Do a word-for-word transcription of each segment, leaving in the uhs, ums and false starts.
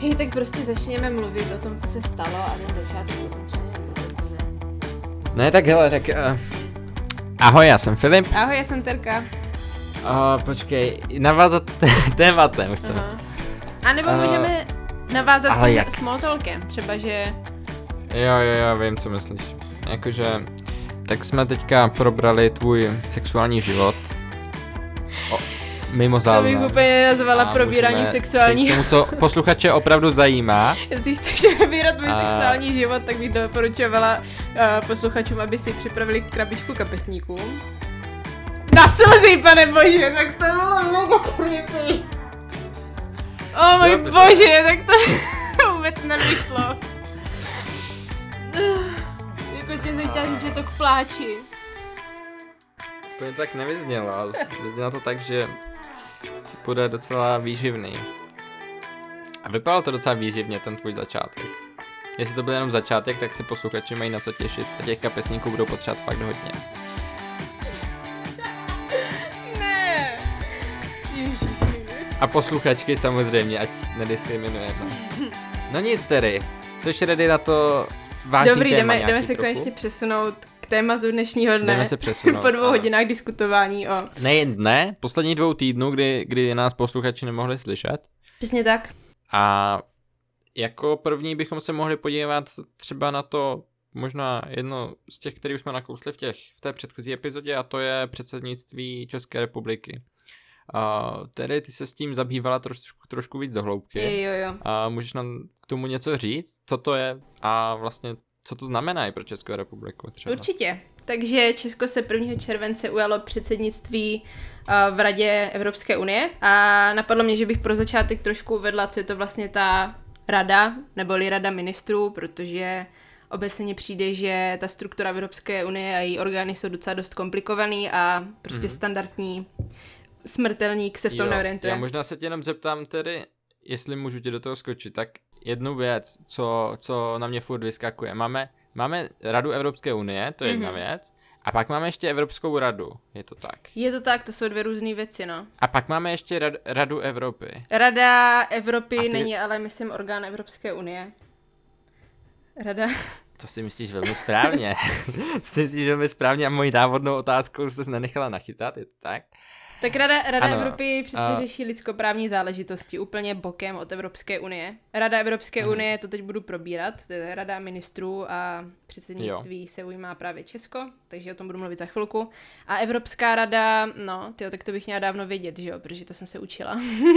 Hej, tak prostě začněme mluvit o tom, co se stalo a ten začátek potom třeba. Ne, tak hele, tak... Uh, ahoj, já jsem Filip. Ahoj, já jsem Terka. Uh, počkej, navázat t- tématem chcem. Aha. A nebo uh, můžeme navázat tím small talkem, třeba, že... Jo, jo, jo, vím, co myslíš. Jakože, tak jsme teďka probrali tvůj sexuální život. O, mimo záznam. To bych úplně nenazvala probírání sexuálního. Tomu, co posluchače opravdu zajímá. Jestli chceš probírat můj a... sexuální život, tak bych doporučovala uh, posluchačům, aby si připravili krabičku kapesníků. Naslzej, pane bože, tak to bylo mega creepy. O můj Dobře. bože, tak to vůbec nevyšlo. Jako tě chtěla říct, že to k pláči. Úplně tak nevyznělo, ale vyznělo to tak, že ti bude docela výživný. A vypadalo to docela výživně, ten tvůj začátek. Jestli to byl jenom začátek, tak se posluchači mají na co těšit a těch kapesníků budou potřebovat fakt hodně. Ne. Ježiši. A posluchačky samozřejmě, ať nediskriminujeme. No nic tedy, jsi ready na to vážný Dobrý, téma jdeme, jdeme se trochu? konečně přesunout k tématu dnešního dne. Jdeme se přesunout. Po dvou a... hodinách diskutování o... Nejen dne, poslední dvou týdnů, kdy, kdy nás posluchači nemohli slyšet. Přesně tak. A jako první bychom se mohli podívat třeba na to, možná jedno z těch, který už jsme nakousli v, těch, v té předchozí epizodě, a to je předsednictví České republiky. A tedy ty se s tím zabývala trošku, trošku víc do hloubky. Jo, jo. A můžeš nám k tomu něco říct, co to je a vlastně co to znamená i pro Českou republiku třeba? Určitě. Takže Česko se prvního července ujalo předsednictví v Radě Evropské unie a napadlo mě, že bych pro začátek trošku uvedla, co je to vlastně ta rada, neboli rada ministrů, protože obecně přijde, že ta struktura Evropské unie a její orgány jsou docela dost komplikovaný a prostě mm-hmm. standardní smrtelník se v tom neorientuje. Já možná se tě jenom zeptám tedy, jestli můžu tě do toho skočit, tak jednu věc, co, co na mě furt vyskakuje. Máme, máme Radu Evropské unie, to je jedna mm-hmm. věc, a pak máme ještě Evropskou radu, je to tak? Je to tak, to jsou dvě různé věci, no. A pak máme ještě rad, Radu Evropy. Rada Evropy ty... není ale, myslím, orgán Evropské unie. Rada... To si myslíš velmi správně. To si myslíš velmi správně a mojí návodnou otázkou se nenechala nachytat, je to tak? Tak Rada, Rada ano, Evropy přece a... řeší lidskoprávní záležitosti úplně bokem od Evropské unie. Rada Evropské hmm. unie, to teď budu probírat, to je Rada ministrů a předsednictví jo. se ujímá právě Česko, takže o tom budu mluvit za chvilku. A Evropská rada, no, tyjo, tak to bych měla dávno vědět, že jo, protože to jsem se učila.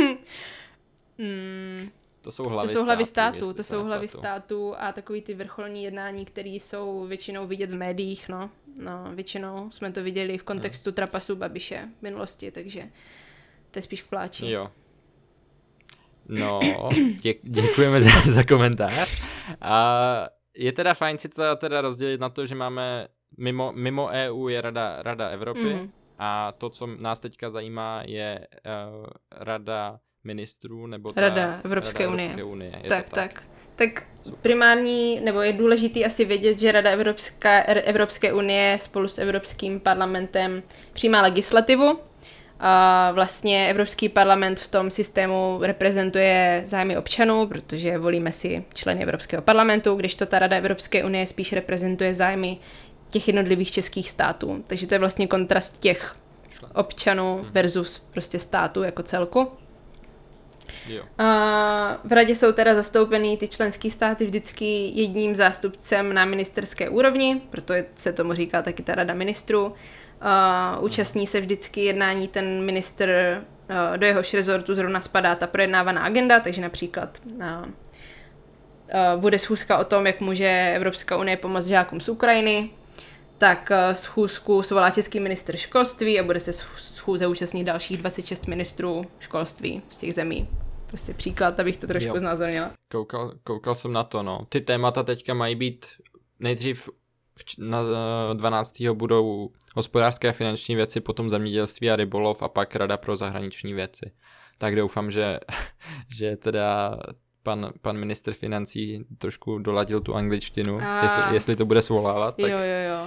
mm. To jsou hlavy to jsou hlavy států, států to jsou hlavy států a takový ty vrcholní jednání, které jsou většinou vidět v médiích, no. No, většinou jsme to viděli v kontextu hmm. trapasu Babiše v minulosti, takže to je spíš k pláči. Jo. No, dě- děkujeme za, za komentář. A je teda fajn si to teda rozdělit na to, že máme mimo, mimo E U je Rada, Rada Evropy mm. a to, co nás teďka zajímá, je uh, Rada ministrů nebo ta Rada Evropské Rada unie. Evropské unie. Je tak, to tak, tak. Tak primární, nebo je důležitý asi vědět, že Rada Evropská, Evropské unie spolu s Evropským parlamentem přijímá legislativu. A vlastně Evropský parlament v tom systému reprezentuje zájmy občanů, protože volíme si členy Evropského parlamentu, kdežto ta Rada Evropské unie spíš reprezentuje zájmy těch jednotlivých českých států. Takže to je vlastně kontrast těch občanů versus prostě států jako celku. Jo. A v radě jsou teda zastoupený ty členské státy vždycky jedním zástupcem na ministerské úrovni, proto se tomu říká taky ta rada ministrů. A účastní se vždycky jednání ten ministr, do jehož rezortu zrovna spadá ta projednávaná agenda, takže například a, a bude schůzka o tom, jak může Evropská unie pomoct žákům z Ukrajiny, tak schůzku svolá český ministr školství a bude se schůze účastnit dalších dvacet šest ministrů školství z těch zemí. Prostě příklad, abych to trošku znázornila. Koukal, koukal jsem na to, no. Ty témata teďka mají být nejdřív na dvanáctého budou hospodářské a finanční věci, potom zemědělství a rybolov a pak Rada pro zahraniční věci. Tak doufám, že, že teda pan, pan ministr financí trošku doladil tu angličtinu, a... jestli, jestli to bude svolávat. Tak... Jo, jo, jo.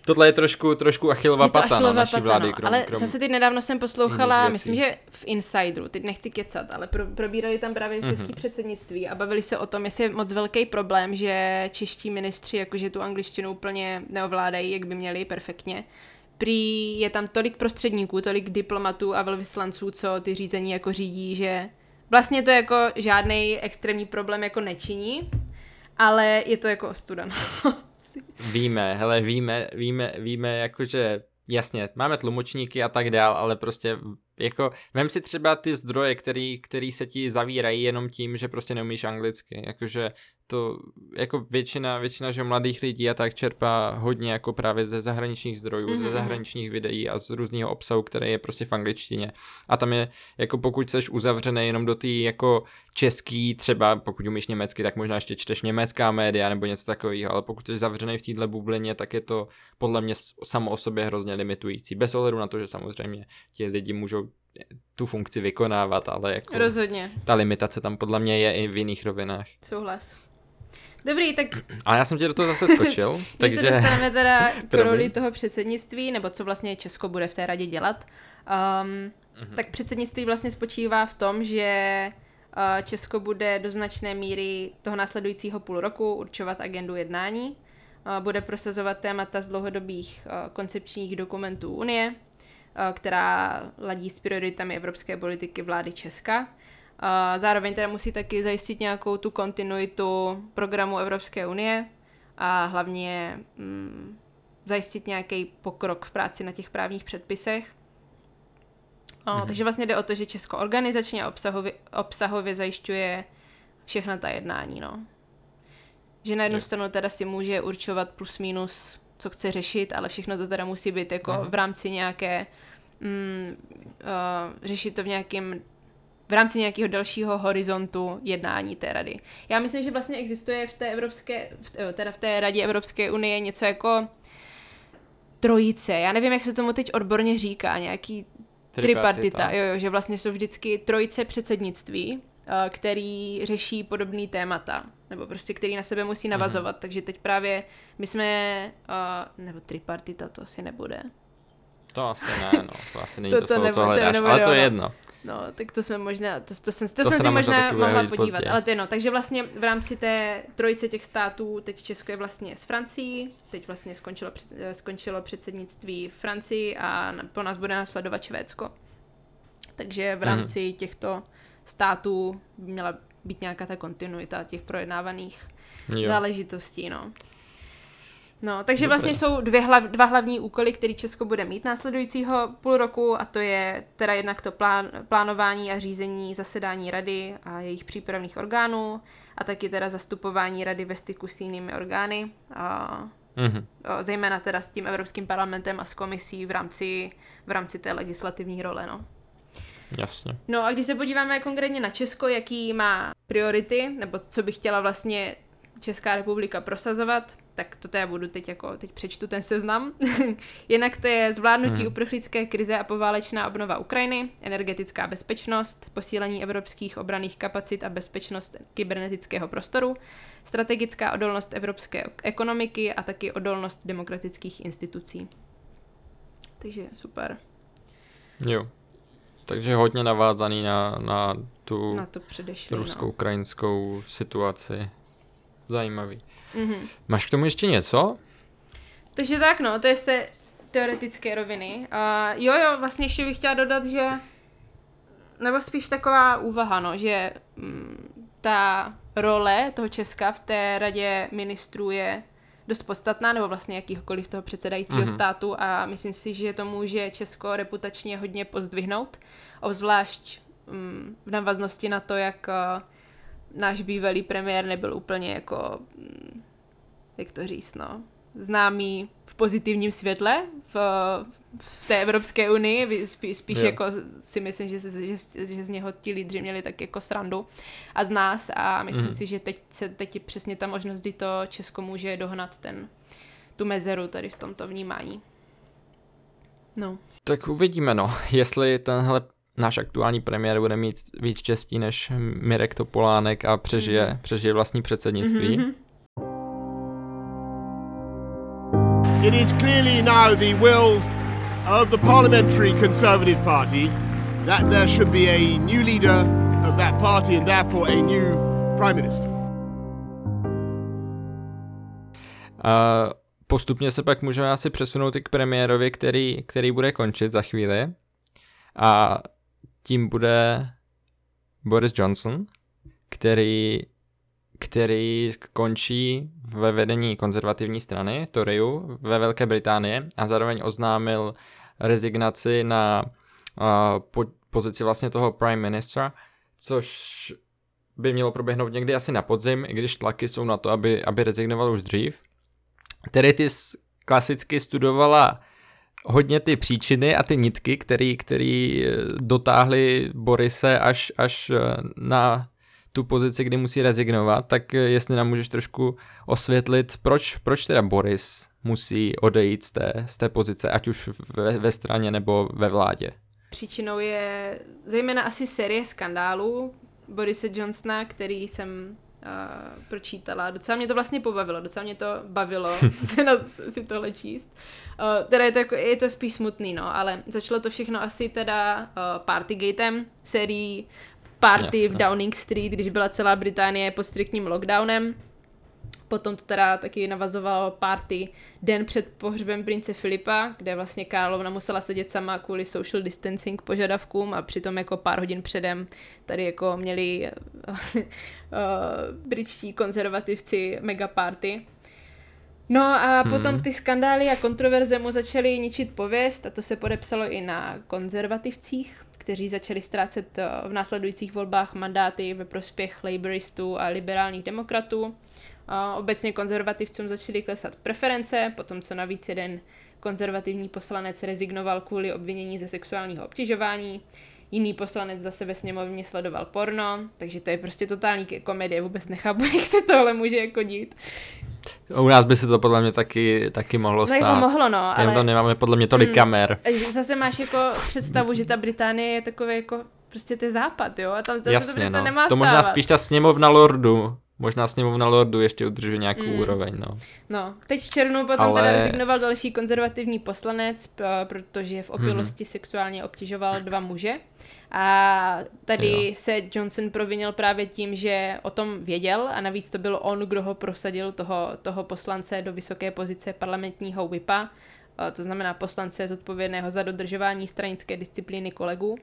tohle je trošku, trošku Achillova pata, Achillova no, naší pata, vlády. no. Krom, Ale krom zase teď nedávno jsem poslouchala, věcí. myslím, že v Insideru, teď nechci kecat, ale pro, probírali tam právě český Mhm. předsednictví a bavili se o tom, jestli je moc velký problém, že čeští ministři jakože tu angličtinu úplně neovládají, jak by měli, perfektně. Prý je tam tolik prostředníků, tolik diplomatů a velvyslanců, co ty řízení jako řídí, že vlastně to jako žádný extrémní problém jako nečiní, ale je to jako ostuda. Víme, hele, víme, víme, víme, jakože, jasně, máme tlumočníky a tak dál, ale prostě, jako, vem si třeba ty zdroje, který, který se ti zavírají jenom tím, že prostě neumíš anglicky, jakože to, jako většina, většina, že mladých lidí a tak čerpá hodně jako právě ze zahraničních zdrojů, mm-hmm. ze zahraničních videí a z různého obsahu, který je prostě v angličtině. A tam je, jako pokud seš uzavřený jenom do té jako český, třeba pokud umíš německy, tak možná ještě čteš německá média nebo něco takového, ale pokud jsi zavřený v této bublině, tak je to podle mě samo o sobě hrozně limitující. Bez ohledu na to, že samozřejmě ti lidi můžou tu funkci vykonávat, ale jako rozhodně. Ta limitace tam podle mě je i v jiných rovinách. Souhlas. Dobrý, tak... Ale já jsem tě do toho zase skočil. takže... se dostaneme teda k roli toho předsednictví, nebo co vlastně Česko bude v té radě dělat. Um, mm-hmm. Tak předsednictví vlastně spočívá v tom, že uh, Česko bude do značné míry toho následujícího půl roku určovat agendu jednání. Uh, bude prosazovat témata z dlouhodobých uh, koncepčních dokumentů Unie, uh, která ladí s prioritami evropské politiky vlády Česka. Uh, zároveň teda musí taky zajistit nějakou tu kontinuitu programu Evropské unie a hlavně mm, zajistit nějaký pokrok v práci na těch právních předpisech. Uh, mm. Takže vlastně jde o to, že Česko organizačně a obsahově, obsahově zajišťuje všechna ta jednání. No. Že na jednu je. stranu teda si může určovat plus minus, co chce řešit, ale všechno to teda musí být jako mm. v rámci nějaké, mm, uh, řešit to v nějakém v rámci nějakého dalšího horizontu jednání té rady. Já myslím, že vlastně existuje v té evropské, teda v té radě Evropské unie něco jako trojice. Já nevím, jak se tomu teď odborně říká, nějaký tripartita, jo, jo, že vlastně jsou vždycky trojice předsednictví, který řeší podobný témata, nebo prostě který na sebe musí navazovat, mm-hmm. takže teď právě my jsme, nebo tripartita to asi nebude. To asi ne, no, to asi není to, to, to slovo, co hledáš, ale to je jedno. No, tak to jsme možná, to, to jsem, to to jsem si možná mohla podívat, později. Ale to je no, takže vlastně v rámci té trojice těch států, teď Česko je vlastně s Francií, teď vlastně skončilo, před, skončilo předsednictví Francii a po nás bude následovat Švédsko. Takže v rámci mm-hmm. těchto států by měla být nějaká ta kontinuita těch projednávaných jo. záležitostí, no. No, takže Dobré. vlastně jsou dvě hlav, dva hlavní úkoly, který Česko bude mít následujícího půl roku, a to je teda jednak to plán, plánování a řízení zasedání rady a jejich přípravných orgánů a taky teda zastupování rady ve styku s jinými orgány, a, mm-hmm. a zejména teda s tím Evropským parlamentem a s komisí v rámci, v rámci té legislativní role, no. Jasně. No a když se podíváme konkrétně na Česko, jaký má priority, nebo co by chtěla vlastně Česká republika prosazovat, tak to teda budu teď jako, teď přečtu ten seznam. Jinak to je zvládnutí hmm. uprchlické krize a poválečná obnova Ukrajiny, energetická bezpečnost, posílení evropských obranných kapacit a bezpečnost kybernetického prostoru, strategická odolnost evropské ekonomiky a taky odolnost demokratických institucí. Takže super. Jo. Takže hodně navázaný na, na tu na to předešli, rusko-ukrajinskou no. situaci. Zajímavý. Mm-hmm. Máš k tomu ještě něco? Takže tak no, to je z té teoretické roviny. Uh, jo, jo, vlastně ještě bych chtěla dodat, že nebo spíš taková úvaha, no, že mm, ta role toho Česka v té radě ministrů je dost podstatná, nebo vlastně jakýhokoliv toho předsedajícího mm-hmm. státu, a myslím si, že to může Česko reputačně hodně pozdvihnout, obzvlášť mm, v návaznosti na to, jak uh, náš bývalý premiér nebyl úplně jako, jak to říct, no, známý v pozitivním světle v, v té Evropské unii, spí, spíš yeah. jako si myslím, že, že, že z něho ti lídři měli tak jako srandu a z nás, a myslím mm. si, že teď, se, teď je přesně ta možnost, kdy to Česko může dohnat ten, tu mezeru tady v tomto vnímání. No. Tak uvidíme, no, jestli tenhle náš aktuální premiér bude mít víc štěstí než Mirek Topolánek a přežije, mm-hmm. přežije vlastní předsednictví. Mm-hmm. it is clearly now the will of the Parliamentary Conservative Party that there should be a new leader of that party and therefore a new Prime Minister. Uh, postupně se pak můžeme asi přesunout i k premiérovi, který, který bude končit za chvíli. A tím bude Boris Johnson, který, který končí ve vedení konzervativní strany Toryů ve Velké Británii a zároveň oznámil rezignaci na uh, po, pozici vlastně toho prime ministra, což by mělo proběhnout někdy asi na podzim, i když tlaky jsou na to, aby, aby rezignoval už dřív. Tedy ty klasicky studovala hodně ty příčiny a ty nitky, který, který dotáhly Borise až, až na tu pozici, kdy musí rezignovat, tak jestli nám můžeš trošku osvětlit, proč, proč teda Boris musí odejít z té, z té pozice, ať už ve, ve straně nebo ve vládě. Příčinou je zejména asi série skandálů Borise Johnsona, který jsem uh, pročítala. Docela mě to vlastně pobavilo, docela mě to bavilo se na, si tohle číst. Uh, teda je to, jako, je to spíš smutný, no, ale začalo to všechno asi teda uh, Partygatem, sérií Party Jasne. v Downing Street, když byla celá Británie pod striktním lockdownem. Potom to teda taky navazovalo Party den před pohřbem prince Filipa, kde vlastně královna musela sedět sama kvůli social distancing požadavkům a přitom jako pár hodin předem tady jako měli uh, uh, britští konzervativci mega party. No a hmm. potom ty skandály a kontroverze mu začaly ničit pověst a to se podepsalo i na konzervativcích, kteří začali ztrácet v následujících volbách mandáty ve prospěch labouristů a liberálních demokratů. A obecně konzervativcům začaly klesat preference, potom co navíc jeden konzervativní poslanec rezignoval kvůli obvinění ze sexuálního obtěžování, jiný poslanec zase ve sněmovně sledoval porno, takže to je prostě totální komedie, vůbec nechápu, jak se tohle může jako dít. U nás by se to podle mě taky, taky mohlo stát. No jako mohlo, no, ale... Jenom to nemáme podle mě tolik mm, kamer. Zase máš jako představu, že ta Británie je takové jako, prostě to je západ, jo, a tam to, Jasně, to, to, to no. nemá To možná stávat. spíš ta sněmovna lordů. Možná sněmovna lordů ještě udržuje nějakou mm. úroveň, no. No, teď v červnu potom Ale... teda rezignoval další konzervativní poslanec, protože v opilosti mm. sexuálně obtěžoval dva muže. A tady jo. se Johnson provinil právě tím, že o tom věděl a navíc to byl on, kdo ho prosadil, toho, toho poslance do vysoké pozice parlamentního whipa, to znamená poslance zodpovědného za dodržování stranické disciplíny kolegů.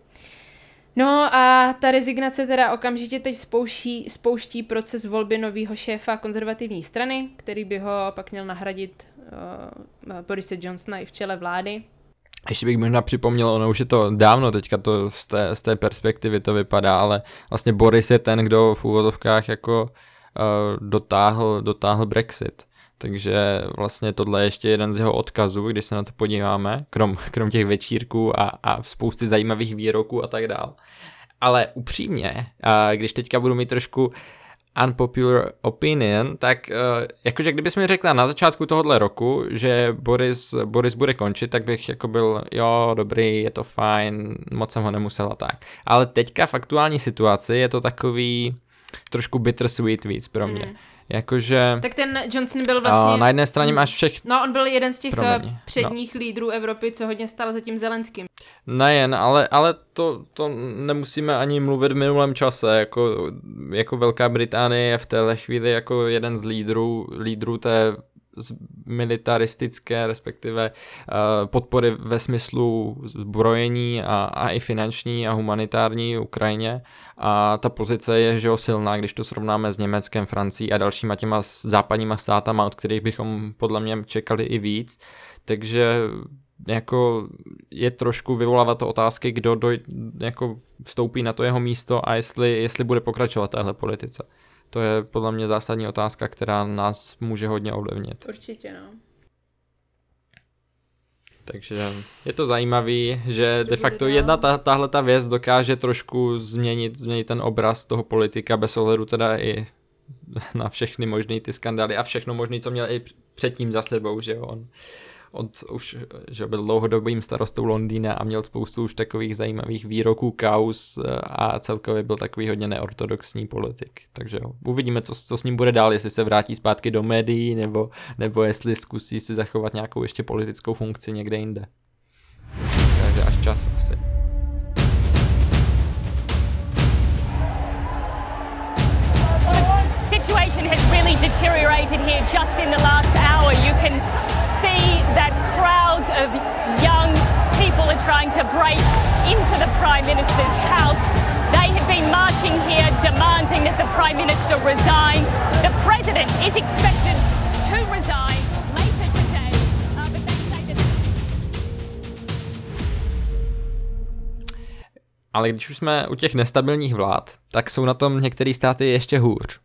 No a ta rezignace teda okamžitě teď spouští, spouští proces volby nového šéfa konzervativní strany, který by ho pak měl nahradit uh, Borise Johnsona i v čele vlády. Ještě bych možná připomněl, ono už je to dávno, teďka to z té, z té perspektivy to vypadá, ale vlastně Boris je ten, kdo v úvodovkách jako uh, dotáhl, dotáhl Brexit. Takže vlastně tohle je ještě jeden z jeho odkazů, když se na to podíváme, krom, krom těch večírků a, a spousty zajímavých výroků a tak dál. Ale upřímně, uh, když teďka budu mít trošku unpopular opinion, tak uh, jakože kdybys mi řekla na začátku tohohle roku, že Boris, Boris bude končit, tak bych jako byl, jo, dobrý, je to fajn, moc jsem ho nemusela tak. Ale teďka v aktuální situaci je to takový trošku bittersweet víc pro mě. Mm. Jakože... Tak ten Johnson byl vlastně... Uh, na jedné straně máš všech... No, on byl jeden z těch Promiň, předních no. lídrů Evropy, co hodně stál za tím Zelenským. Nejen, ale, ale to, to nemusíme ani mluvit v minulém čase, jako, jako Velká Británie je v téhle chvíli jako jeden z lídrů, lídrů té militaristické, respektive uh, podpory ve smyslu zbrojení a, a i finanční a humanitární Ukrajině a ta pozice je, že jo, silná, když to srovnáme s Německem, Francií a dalšíma těma západníma státama, od kterých bychom podle mě čekali i víc, takže jako je trošku vyvolávat to otázky, kdo doj, jako vstoupí na to jeho místo a jestli, jestli bude pokračovat téhle politice. To je podle mě zásadní otázka, která nás může hodně ovlivnit. Určitě, no. Takže je to zajímavý, že de facto jedna ta, tahle ta věc dokáže trošku změnit, změnit ten obraz toho politika bez ohledu teda i na všechny možný ty skandály a všechno možný, co měl i předtím za sebou, že jo. On, od už, že byl dlouhodobým starostou Londýna a měl spoustu už takových zajímavých výroků, kauz a celkově byl takový hodně neortodoxní politik. Takže jo, uvidíme, co, co s ním bude dál, jestli se vrátí zpátky do médií, nebo, nebo jestli zkusí si zachovat nějakou ještě politickou funkci někde jinde. Takže až čas asi. Situation has really deteriorated here just in the last hour. You can see that crowds of young people are trying to break into the Prime Minister's house. They have been marching here demanding that the Prime Minister resign. The President is expected to resign later today. Uh, but they say that... Ale když už jsme u těch nestabilních vlád, tak jsou na tom některé státy ještě hůř.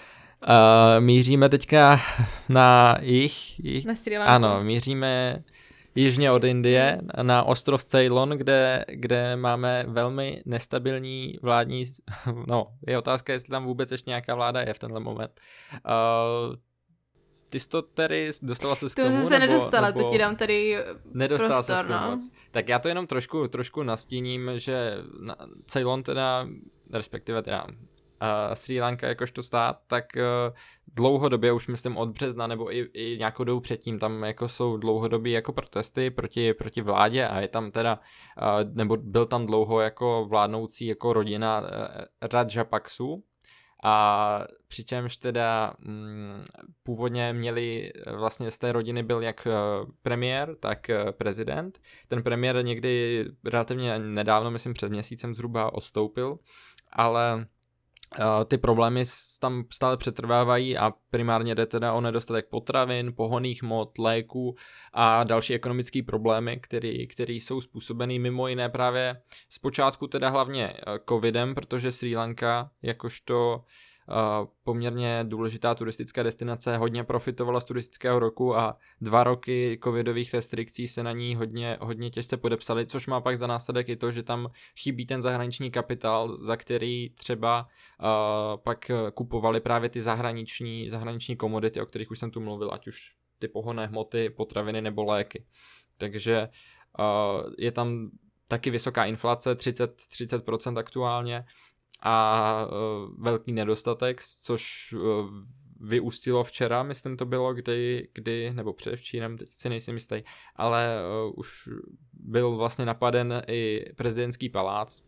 Uh, míříme teďka na jich, jich na Srí Lanku. Ano, míříme jižně od Indie na ostrov Ceylon, kde, kde máme velmi nestabilní vládní, no, je otázka, jestli tam vůbec ještě nějaká vláda je v tenhle moment. Uh, ty jsi to tedy, dostala se k tomu? To jsem se nebo, nedostala, nebo to ti dám tady nedostala prostor, se no. moc. Tak já to jenom trošku, trošku nastíním, že Ceylon teda, respektive teda Uh, Srí Lanka jakožto stát, tak uh, dlouhodobě, už myslím od března nebo i, i nějakou dobu předtím, tam jako jsou dlouhodobí jako protesty proti, proti vládě a je tam teda, uh, nebo byl tam dlouho jako vládnoucí jako rodina uh, Rajapaksu a přičemž teda mm, původně měli, vlastně z té rodiny byl jak uh, premiér, tak uh, prezident. Ten premiér někdy relativně nedávno, myslím před měsícem zhruba odstoupil, ale Uh, ty problémy tam stále přetrvávají a primárně jde teda o nedostatek potravin, pohonných hmot, léků a další ekonomické problémy, které jsou způsobený mimo jiné právě zpočátku teda hlavně covidem, protože Srí Lanka jakožto uh, poměrně důležitá turistická destinace hodně profitovala z turistického roku a dva roky covidových restrikcí se na ní hodně, hodně těžce podepsaly, což má pak za následek i to, že tam chybí ten zahraniční kapitál, za který třeba uh, pak kupovali právě ty zahraniční, zahraniční komodity, o kterých už jsem tu mluvil, ať už ty pohonné hmoty, potraviny nebo léky. Takže uh, je tam taky vysoká inflace, třicet, třicet procent aktuálně, a uh, velký nedostatek, což uh, vyústilo včera, myslím to bylo, kdy, kdy nebo předevčírem, teď si nejsem jistý, ale uh, už byl vlastně napaden i prezidentský palác,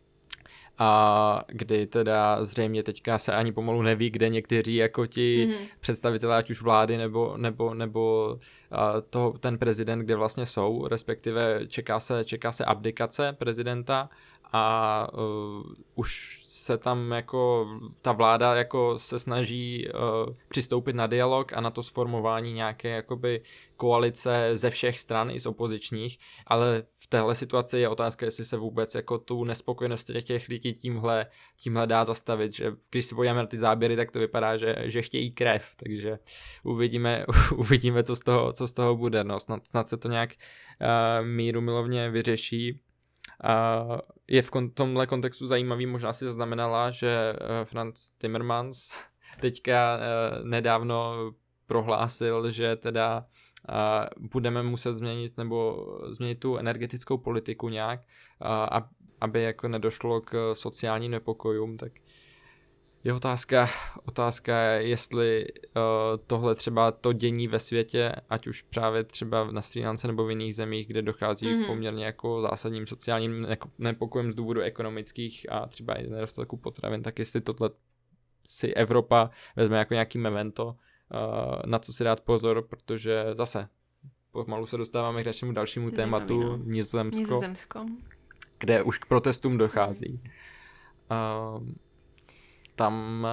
a kdy teda zřejmě teďka se ani pomalu neví, kde někteří jako ti mm-hmm. představitelé, ať už vlády nebo, nebo, nebo uh, toho, ten prezident, kde vlastně jsou, respektive čeká se, čeká se abdikace prezidenta a uh, už se tam jako ta vláda jako se snaží uh, přistoupit na dialog a na to sformování nějaké jakoby koalice ze všech stran i z opozičních, ale v téhle situaci je otázka, jestli se vůbec jako tu nespokojenost těch lidí tímhle, tímhle dá zastavit, že když si podíváme na ty záběry, tak to vypadá, že, že chtějí krev, takže uvidíme, uvidíme co, z toho, co z toho bude, no snad, snad se to nějak uh, míru milovně vyřeší. Uh, je v kon- tomhle kontextu zajímavý, možná si zaznamenala, že uh, Franz Timmermans teďka uh, nedávno prohlásil, že teda uh, budeme muset změnit nebo změnit tu energetickou politiku nějak, uh, aby jako nedošlo k sociálním nepokojům, tak je otázka, otázka jestli uh, tohle třeba to dění ve světě, ať už právě třeba na Srí Lance nebo v jiných zemích, kde dochází mm-hmm. k poměrně jako zásadním sociálním nepokojům z důvodu ekonomických a třeba i nedostatku potravin, tak jestli tohle si Evropa vezme jako nějaký memento, uh, na co si dát pozor, protože zase pomalu se dostáváme k našemu dalšímu Zajímavý, tématu, no. Nizozemsko, Nizozemsko, kde už k protestům dochází. Uh, Tam,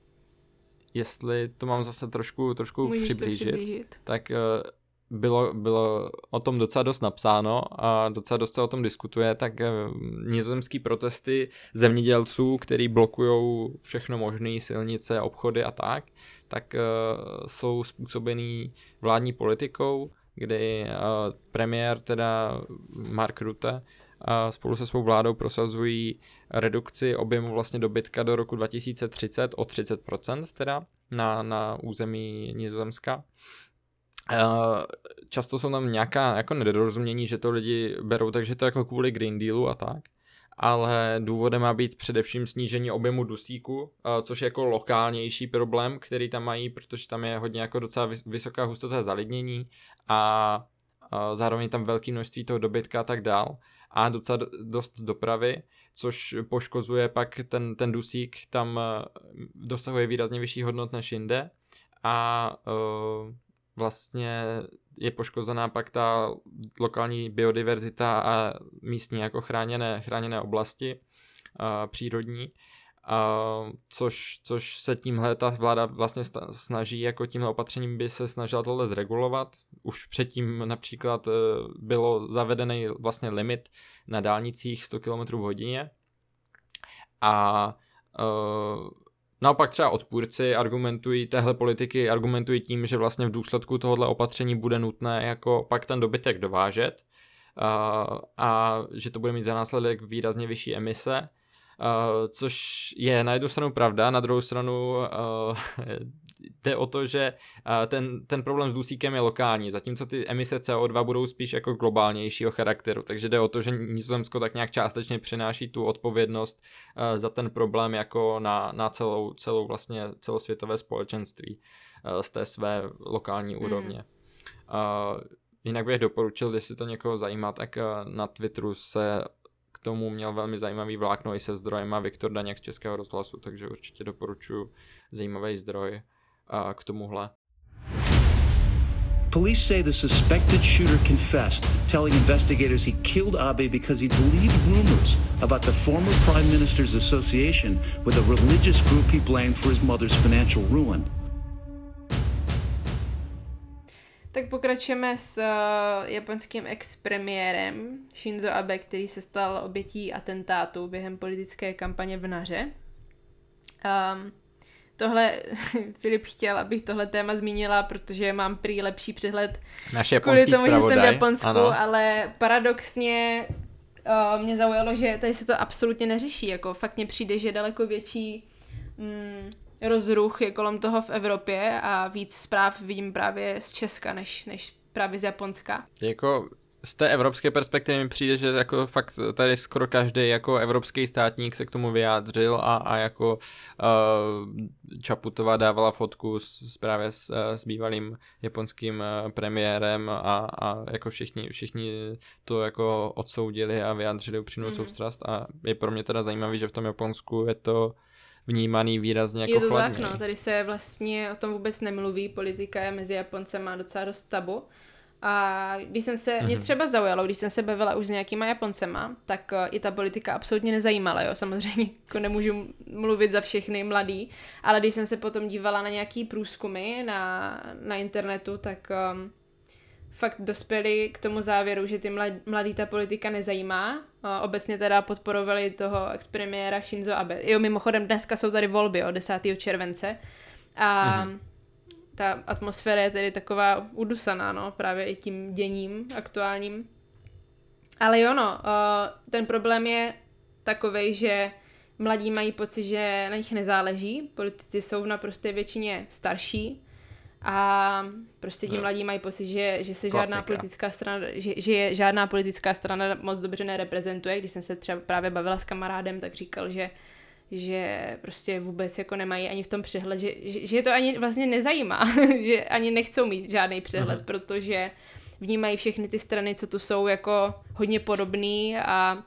jestli to mám zase trošku, trošku přiblížit, tak uh, bylo, bylo o tom docela dost napsáno a docela dost se o tom diskutuje, tak uh, nizozemský protesty zemědělců, který blokují všechno možné, silnice, obchody a tak, tak uh, jsou způsobený vládní politikou, kdy uh, premiér, teda Mark Rutte, a spolu se svou vládou prosazují redukci objemu vlastně dobytka do roku dva tisíce třicet o třicet procent teda na, na území Nizozemska. často jsou tam nějaká jako nedorozumění, že to lidi berou, takže to jako kvůli Green Dealu a tak. Ale důvodem má být především snížení objemu dusíku, což je jako lokálnější problém, který tam mají, protože tam je hodně jako docela vysoká hustota zalidnění a zároveň tam velké množství toho dobytka a tak dál a docela dost dopravy, což poškozuje pak ten, ten dusík, tam dosahuje výrazně vyšší hodnot než jinde a uh, vlastně je poškozená pak ta lokální biodiverzita a místní jako chráněné, chráněné oblasti uh, přírodní, uh, což, což se tímhle ta vláda vlastně snaží, jako tímhle opatřením by se snažila tohle zregulovat. Už předtím například uh, bylo zavedený vlastně limit na dálnicích sto kilometrů v hodině a uh, naopak třeba odpůrci argumentují téhle politiky, argumentují tím, že vlastně v důsledku tohohle opatření bude nutné jako pak ten dobytek dovážet a, a že to bude mít za následek výrazně vyšší emise, a, což je na jednu stranu pravda, na druhou stranu a, jde o to, že ten, ten problém s dusíkem je lokální, zatímco ty emise C O dva budou spíš jako globálnějšího charakteru, takže jde o to, že Nizozemsko tak nějak částečně přináší tu odpovědnost uh, za ten problém jako na, na celou, celou vlastně celosvětové společenství uh, z té své lokální úrovně. Uh, jinak bych doporučil, jestli to někoho zajímá, tak uh, na Twitteru se k tomu měl velmi zajímavý vlákno i se zdrojema Viktor Daněk z Českého rozhlasu, takže určitě doporučuji zajímavý zdroj a k tomuhle. Police say the suspected shooter confessed, telling investigators he killed Abe because he believed rumors about the former prime minister's association with a religious group he blamed for his mother's financial ruin. Tak pokračujeme s uh, japonským ex-premiérem Shinzo Abe, který se stal obětí atentátu během politické kampaně v Naře. Um, Tohle, Filip chtěl, abych tohle téma zmínila, protože mám prý lepší přehled Naš japonský kvůli tomu, zpravodaj. Že jsem v Japonsku, ano. ale paradoxně uh, mě zaujalo, že tady se to absolutně neřeší, jako fakt mně přijde, že je daleko větší mm, rozruch je kolem toho v Evropě a víc zpráv vidím právě z Česka, než, než právě z Japonska. Jako z té evropské perspektivy mi přijde, že jako fakt tady skoro každý jako evropský státník se k tomu vyjádřil a, a jako uh, Čaputová dávala fotku s, právě s, s bývalým japonským uh, premiérem a, a jako všichni, všichni to jako odsoudili a vyjádřili upřímnou mm. soustrast a je pro mě teda zajímavý, že v tom Japonsku je to vnímaný výrazně jako je to chladněji. tak, no, tady se vlastně o tom vůbec nemluví, politika je mezi Japoncema docela dost tabu. A když jsem se, mě třeba zaujalo, když jsem se bavila už s nějakýma Japoncema, tak uh, i ta politika absolutně nezajímala, jo, samozřejmě jako nemůžu mluvit za všechny mladý, ale když jsem se potom dívala na nějaký průzkumy na, na internetu, tak um, fakt dospěli k tomu závěru, že ty mladý, mladý ta politika nezajímá, uh, obecně teda podporovali toho ex-premiéra Shinzo Abe. Jo, mimochodem dneska jsou tady volby, jo, desátého července a mhm. ta atmosféra je tedy taková udusaná, no, právě i tím děním aktuálním. Ale jo, no, ten problém je takovej, že mladí mají pocit, že na nich nezáleží, politici jsou v naprosté většině starší a prostě ti mladí mají pocit, že, že se žádná politická strana, že, že je žádná politická strana moc dobře nereprezentuje. Když jsem se třeba právě bavila s kamarádem, tak říkal, že že prostě vůbec jako nemají ani v tom přehled, že, že, že je to ani vlastně nezajímá, že ani nechcou mít žádný přehled, uh-huh. protože vnímají všechny ty strany, co tu jsou, jako hodně podobný a,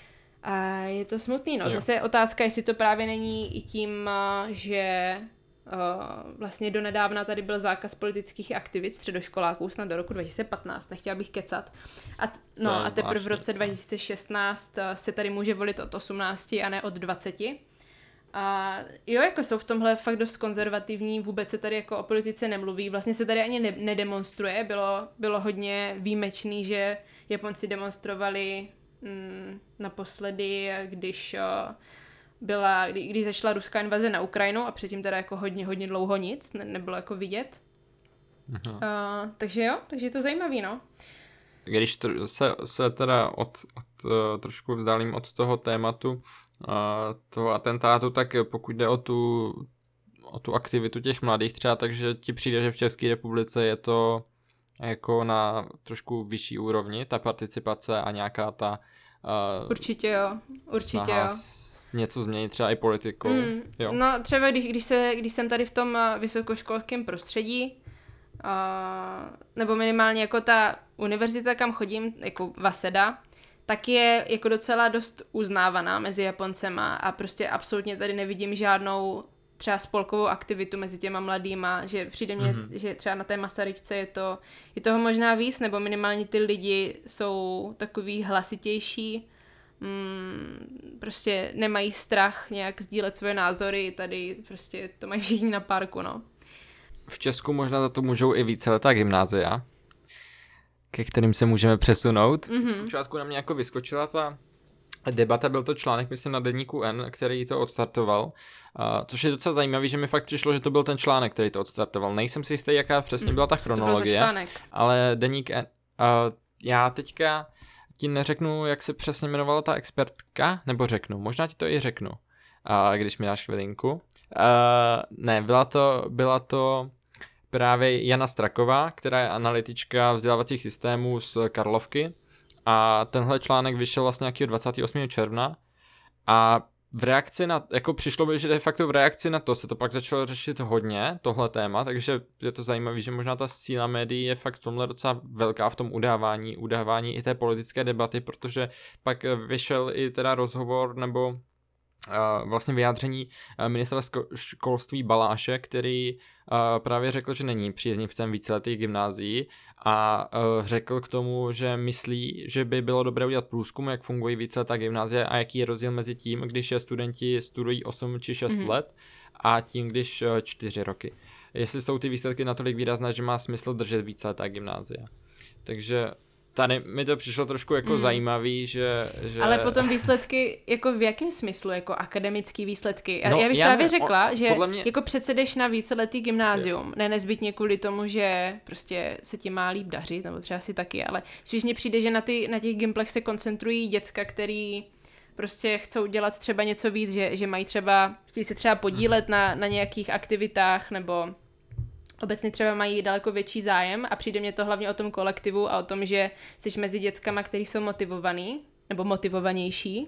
a je to smutný, no. Jo. Zase otázka, jestli to právě není i tím, že uh, vlastně donedávna tady byl zákaz politických aktivit středoškoláků, snad do roku dva tisíce patnáct, nechtěla bych kecat. A, t- no, a teprve v roce dva tisíce šestnáct se tady může volit od osmnácti a ne od dvaceti. A jo, jako jsou v tomhle fakt dost konzervativní, vůbec se tady jako o politice nemluví, vlastně se tady ani ne- nedemonstruje, bylo, bylo hodně výjimečný, že Japonci demonstrovali mm, naposledy, když uh, byla, kdy, když začala ruská invaze na Ukrajinu a předtím teda jako hodně, hodně dlouho nic, ne, nebylo jako vidět. Uh, takže jo, takže je to zajímavý, no. Když tr- se, se teda od, od, uh, trošku vzdálím od toho tématu, Uh, toho atentátu, tak pokud jde o tu, o tu aktivitu těch mladých třeba, takže ti přijde, že v České republice je to jako na trošku vyšší úrovni, ta participace a nějaká ta uh, určitě jo, určitě jo. Něco změnit třeba i politikou. Mm, jo. No třeba když, když, se, když jsem tady v tom vysokoškolském prostředí, uh, nebo minimálně jako ta univerzita, kam chodím, jako Waseda, tak je jako docela dost uznávaná mezi Japoncema a prostě absolutně tady nevidím žádnou třeba spolkovou aktivitu mezi těma mladýma, že přijde mně, mm-hmm. že třeba na té Masaryčce je to, je toho možná víc, nebo minimálně ty lidi jsou takový hlasitější, mm, prostě nemají strach nějak sdílet svoje názory, tady prostě to mají všichni na parku, no. V Česku možná za to můžou i víceletá gymnázia, ke kterým se můžeme přesunout. Mm-hmm. Zpočátku na mě jako vyskočila ta debata, byl to článek, myslím, na deníku N, který to odstartoval, uh, což je docela zajímavý, že mi fakt přišlo, že to byl ten článek, který to odstartoval. Nejsem si jistý, jaká přesně byla ta chronologie, ale deník N, uh, já teďka ti neřeknu, jak se přesně jmenovala ta expertka, nebo řeknu, možná ti to i řeknu, uh, když mi dáš chvilinku. Uh, ne, byla to, byla to právě Jana Straková, která je analytička vzdělávacích systémů z Karlovky. A tenhle článek vyšel vlastně nějakého dvacátého osmého června a v reakci na, jako přišlo by, že de facto v reakci na to se to pak začalo řešit hodně, tohle téma, takže je to zajímavé, že možná ta síla médií je fakt v tomhle docela velká v tom udávání, udávání i té politické debaty, protože pak vyšel i teda rozhovor nebo uh, vlastně vyjádření uh, ministra školství Baláše, který uh, právě řekl, že není příznivcem víceletých gymnázií a uh, řekl k tomu, že myslí, že by bylo dobré udělat průzkum, jak fungují víceletá gymnázia a jaký je rozdíl mezi tím, když je studenti studují osm či šest mm-hmm. let a tím, když uh, čtyři roky. Jestli jsou ty výsledky natolik výrazné, že má smysl držet víceletá gymnázia. Takže tady mi to přišlo trošku jako mm. zajímavý, že, že... Ale potom výsledky, jako v jakém smyslu, jako akademický výsledky? Já, no, já bych já právě ne, řekla, o, že mě... jako přece jdeš na víceletý gymnázium, je. ne nezbytně kvůli tomu, že prostě se ti má líp dařit, nebo třeba si taky, ale spíš mně přijde, že na, ty, na těch gymplech se koncentrují děcka, který prostě chcou dělat třeba něco víc, že, že mají třeba, chtějí se třeba podílet mm. na, na nějakých aktivitách, nebo obecně třeba mají daleko větší zájem a přijde mě to hlavně o tom kolektivu a o tom, že jsi mezi dětskama, kteří jsou motivovaný nebo motivovanější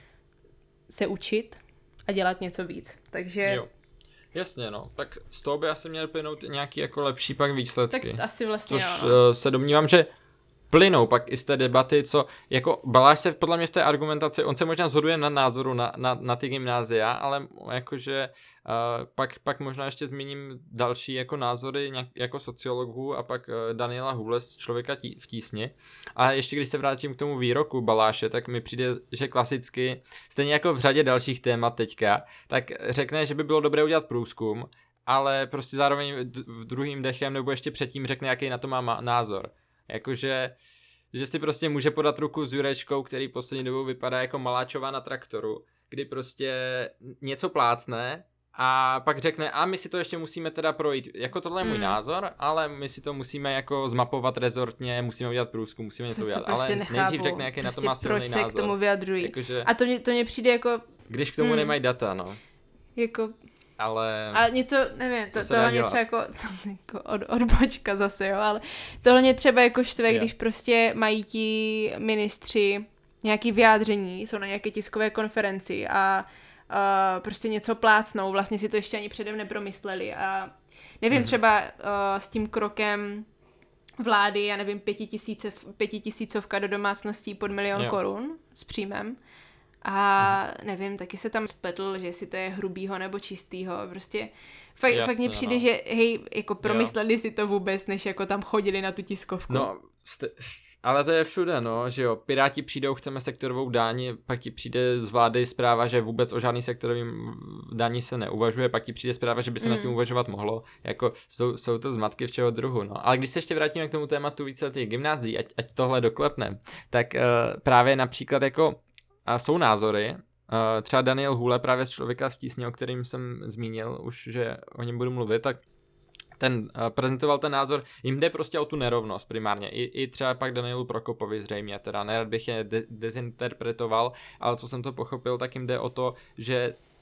se učit a dělat něco víc. Takže... Jo. Jasně, no. Tak z toho by asi měl plynout nějaký jako lepší pak výsledky. Tak asi vlastně Což jo, no. se domnívám, že plynou pak i z té debaty, co jako Baláš se podle mě v té argumentaci, on se možná shoduje na názoru na, na, na ty gymnázia, ale jakože uh, pak, pak možná ještě zmíním další jako názory nějak, jako sociologů a pak uh, Daniela Hůle z Člověka tí, v tísni. A ještě když se vrátím k tomu výroku Baláše, tak mi přijde, že klasicky, stejně jako v řadě dalších témat teďka, tak řekne, že by bylo dobré udělat průzkum, ale prostě zároveň v druhým dechem nebo ještě předtím řekne, jaký na to má názor. Jakože, že si prostě může podat ruku s Jurečkou, který poslední dobou vypadá jako Maláčová na traktoru, kdy prostě něco plácne a pak řekne, a my si to ještě musíme teda projít, jako tohle je můj mm. názor, ale my si to musíme jako zmapovat rezortně, musíme udělat průzkum, musíme něco udělat, prostě ale nechápu. Nejdřív řekne, jaký prostě na to má silný názor. Proč se k tomu vyjadřují. Jakože, a to mě, to mě přijde jako... Když k tomu mm. nemají data, no. Jako... Ale... A něco, nevím, to, to tohle mě třeba jako, to, jako od, odbočka zase, jo, ale tohle mě třeba jako štve, yeah. když prostě mají ti ministři nějaký vyjádření, jsou na nějaké tiskové konferenci a uh, prostě něco plácnou, vlastně si to ještě ani předem nepromysleli a nevím, mm. třeba uh, s tím krokem vlády, já nevím, pětitisícovka do domácností pod milion yeah. korun s příjmem. A nevím, taky se tam spletl, že jestli to je hrubýho nebo čistýho, prostě fakt, Jasně, fakt mně přijde, no. že hej, jako promysleli jo. si to vůbec, než jako tam chodili na tu tiskovku. No, st- ale to je všude, no, že jo, Piráti přijdou, chceme sektorovou daň, pak ti přijde z vlády zpráva, že vůbec o žádný sektorovým daní se neuvažuje, pak ti přijde zpráva, že by se mm. na tím uvažovat mohlo, jako jsou, jsou to zmatky všeho druhu, no. Ale když se ještě vrátíme k tomu tématu víceletých gymnázií, ať, ať tohle doklepne, tak uh, právě například jako a jsou názory, uh, třeba Daniel Hůle právě z Člověka v tísni, o kterým jsem zmínil už, že o něm budu mluvit, tak ten uh, prezentoval ten názor, jim jde prostě o tu nerovnost primárně, I, i třeba pak Danielu Prokopovi zřejmě, teda nerad bych je de- dezinterpretoval, ale co jsem to pochopil, tak jim jde o to, že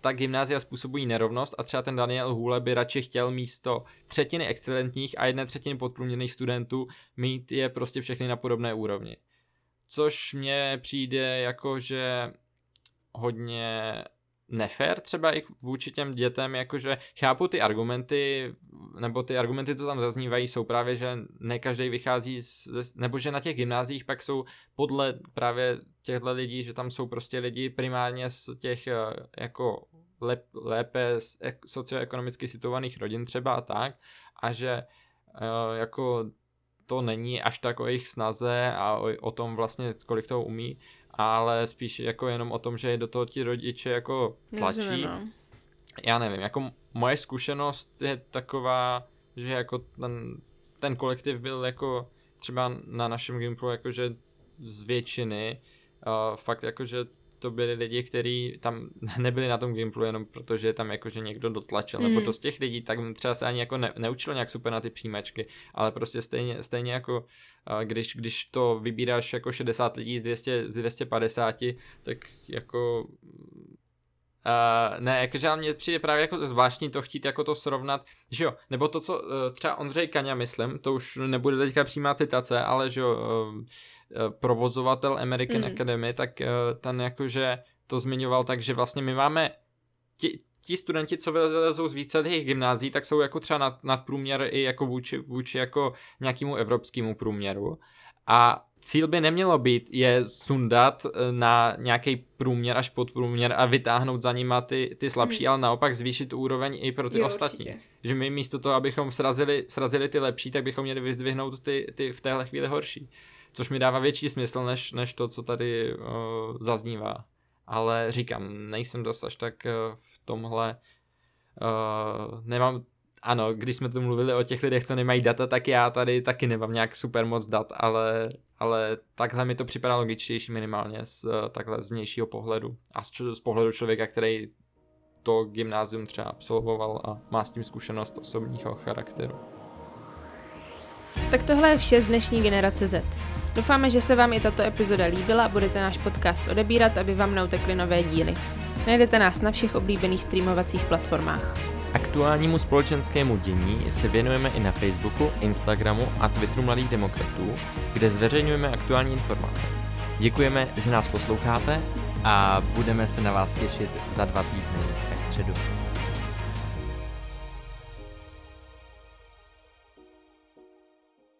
ta gymnázia způsobují nerovnost a třeba ten Daniel Hůle by radši chtěl místo třetiny excelentních a jedné třetiny podprůměrných studentů mít je prostě všechny na podobné úrovni. Což mně přijde jako, že hodně nefér třeba i vůči těm dětem, jakože chápu ty argumenty, nebo ty argumenty, co tam zaznívají, jsou právě, že ne každý vychází, z, nebo že na těch gymnáziích pak jsou podle právě těchto lidí, že tam jsou prostě lidi primárně z těch jako lep, lépe socioekonomicky situovaných rodin třeba a tak, a že jako to není až tak o jejich snaze a o, o tom vlastně, kolik toho umí, ale spíš jako jenom o tom, že do toho ti rodiče jako tlačí. Rozumím, no. Já nevím, jako moje zkušenost je taková, že jako ten, ten kolektiv byl jako třeba na našem Gimplu jakože z většiny uh, fakt jakože to byli lidi, kteří tam nebyli na tom Gimplu jenom protože tam jakože někdo dotlačil, mm. nebo to z těch lidí, tak třeba se ani jako ne, neučilo nějak super na ty přijímačky, ale prostě stejně, stejně jako uh, když, když to vybíráš jako šedesát lidí z, dvě stě, z dvě stě padesát, tak jako Uh, ne, jakože mně přijde právě jako zvláštní to chtít jako to srovnat, že jo, nebo to, co uh, třeba Ondřej Kaňa, myslím, to už nebude teďka přímá citace, ale že jo, uh, uh, provozovatel American mm. Academy, tak uh, ten jakože to zmiňoval tak, že vlastně my máme ti, ti studenti, co vylezou z víceletých gymnází, tak jsou jako třeba nad, nad průměr i jako vůči, vůči jako nějakému evropskému průměru a cíl by nemělo být je sundat na nějaký průměr až pod průměr a vytáhnout za nima ty, ty slabší, hmm. ale naopak zvýšit úroveň i pro ty jo, ostatní. Určitě. Že my místo toho, abychom srazili, srazili ty lepší, tak bychom měli vyzdvihnout ty, ty v téhle chvíli horší. Což mi dává větší smysl, než, než to, co tady uh, zaznívá. Ale říkám, nejsem zase až tak uh, v tomhle, uh, nemám. Ano, když jsme tu mluvili o těch lidech, co nemají data, tak já tady taky nemám nějak super moc dat, ale, ale takhle mi to připadá logičtější minimálně z takhle z vnějšího pohledu a z, z pohledu člověka, který to gymnázium třeba absolvoval a má s tím zkušenost osobního charakteru. Tak tohle je vše z dnešní Generace Z. Doufáme, že se vám i tato epizoda líbila a budete náš podcast odebírat, aby vám neutekly nové díly. Najdete nás na všech oblíbených streamovacích platformách. Aktuálnímu společenskému dění se věnujeme i na Facebooku, Instagramu a Twitteru Mladých demokratů, kde zveřejňujeme aktuální informace. Děkujeme, že nás posloucháte a budeme se na vás těšit za dva týdny ve středu.